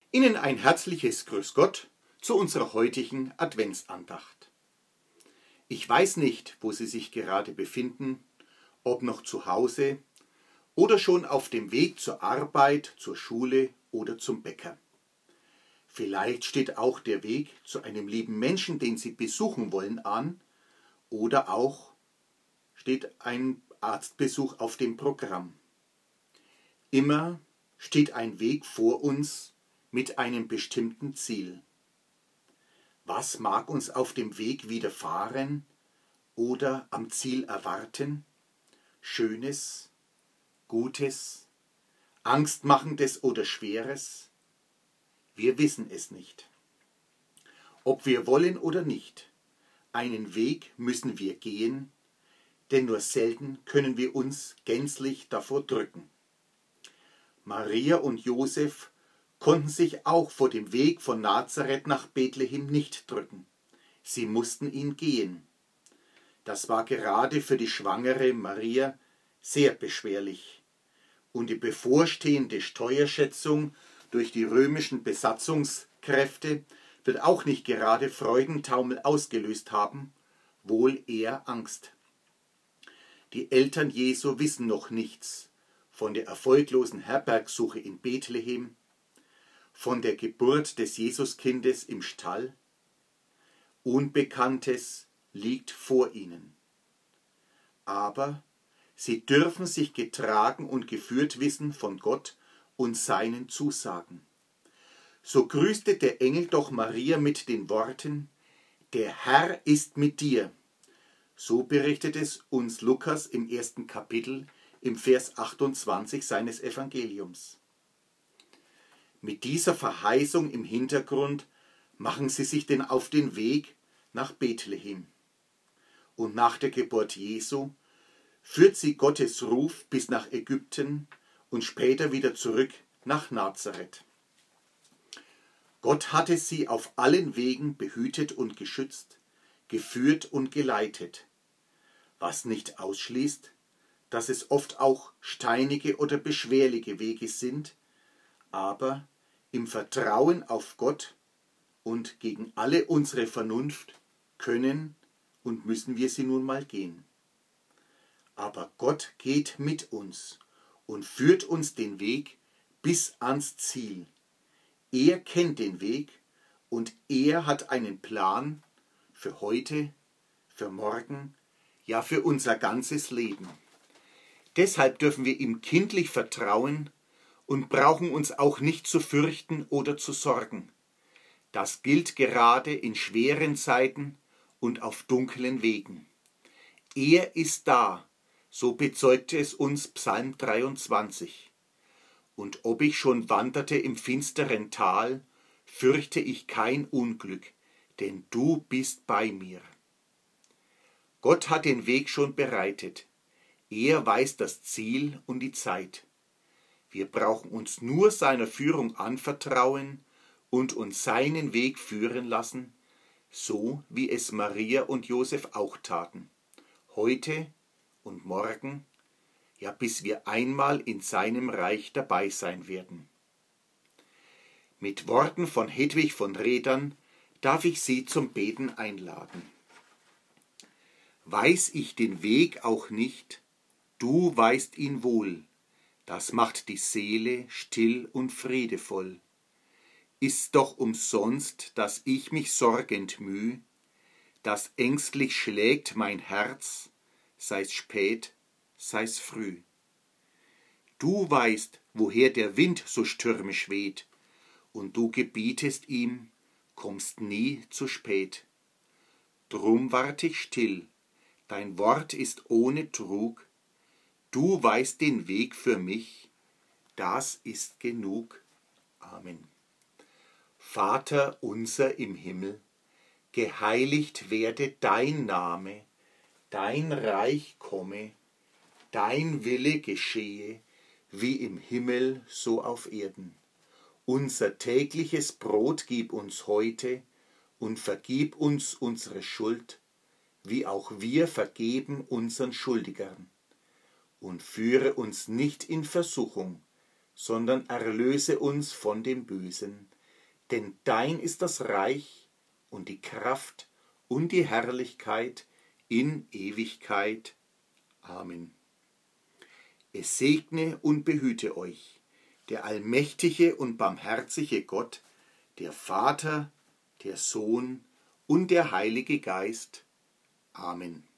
Ihnen ein herzliches Grüß Gott zu unserer heutigen Adventsandacht. Ich weiß nicht, wo Sie sich gerade befinden, ob noch zu Hause oder schon auf dem Weg zur Arbeit, zur Schule oder zum Bäcker. Vielleicht steht auch der Weg zu einem lieben Menschen, den Sie besuchen wollen, an, oder auch steht ein Arztbesuch auf dem Programm. Immer steht ein Weg vor uns mit einem bestimmten Ziel. Was mag uns auf dem Weg widerfahren oder am Ziel erwarten? Schönes, Gutes, Angstmachendes oder Schweres? Wir wissen es nicht. Ob wir wollen oder nicht, einen Weg müssen wir gehen, denn nur selten können wir uns gänzlich davor drücken. Maria und Josef konnten sich auch vor dem Weg von Nazareth nach Bethlehem nicht drücken. Sie mussten ihn gehen. Das war gerade für die schwangere Maria sehr beschwerlich. Und die bevorstehende Steuerschätzung durch die römischen Besatzungskräfte wird auch nicht gerade Freudentaumel ausgelöst haben, wohl eher Angst. Die Eltern Jesu wissen noch nichts von der erfolglosen Herbergsuche in Bethlehem, von der Geburt des Jesuskindes im Stall. Unbekanntes liegt vor ihnen. Aber sie dürfen sich getragen und geführt wissen von Gott und seinen Zusagen. So grüßte der Engel doch Maria mit den Worten: Der Herr ist mit dir. So berichtet es uns Lukas im 1. Kapitel im Vers 28 seines Evangeliums. Mit dieser Verheißung im Hintergrund machen sie sich denn auf den Weg nach Bethlehem. Und nach der Geburt Jesu führt sie Gottes Ruf bis nach Ägypten und später wieder zurück nach Nazareth. Gott hatte sie auf allen Wegen behütet und geschützt, geführt und geleitet, was nicht ausschließt, dass es oft auch steinige oder beschwerliche Wege sind, aber im Vertrauen auf Gott und gegen alle unsere Vernunft können und müssen wir sie nun mal gehen. Aber Gott geht mit uns und führt uns den Weg bis ans Ziel. Er kennt den Weg und er hat einen Plan für heute, für morgen, ja für unser ganzes Leben. Deshalb dürfen wir ihm kindlich vertrauen und brauchen uns auch nicht zu fürchten oder zu sorgen. Das gilt gerade in schweren Zeiten und auf dunklen Wegen. Er ist da, so bezeugte es uns Psalm 23. Und ob ich schon wanderte im finsteren Tal, fürchte ich kein Unglück, denn du bist bei mir. Gott hat den Weg schon bereitet. Er weiß das Ziel und die Zeit. Wir brauchen uns nur seiner Führung anvertrauen und uns seinen Weg führen lassen, so wie es Maria und Josef auch taten. Heute und morgen, ja bis wir einmal in seinem Reich dabei sein werden. Mit Worten von Hedwig von Redern darf ich Sie zum Beten einladen. Weiß ich den Weg auch nicht, du weißt ihn wohl, das macht die Seele still und friedevoll. Ist's doch umsonst, dass ich mich sorgend müh, dass ängstlich schlägt mein Herz, sei's spät, sei's früh. Du weißt, woher der Wind so stürmisch weht, und du gebietest ihm, kommst nie zu spät. Drum wart ich still, dein Wort ist ohne Trug, du weißt den Weg für mich, das ist genug. Amen. Vater unser im Himmel, geheiligt werde dein Name, dein Reich komme, dein Wille geschehe, wie im Himmel so auf Erden. Unser tägliches Brot gib uns heute und vergib uns unsere Schuld, wie auch wir vergeben unseren Schuldigern. Und führe uns nicht in Versuchung, sondern erlöse uns von dem Bösen. Denn dein ist das Reich und die Kraft und die Herrlichkeit in Ewigkeit. Amen. Es segne und behüte euch der allmächtige und barmherzige Gott, der Vater, der Sohn und der Heilige Geist. Amen.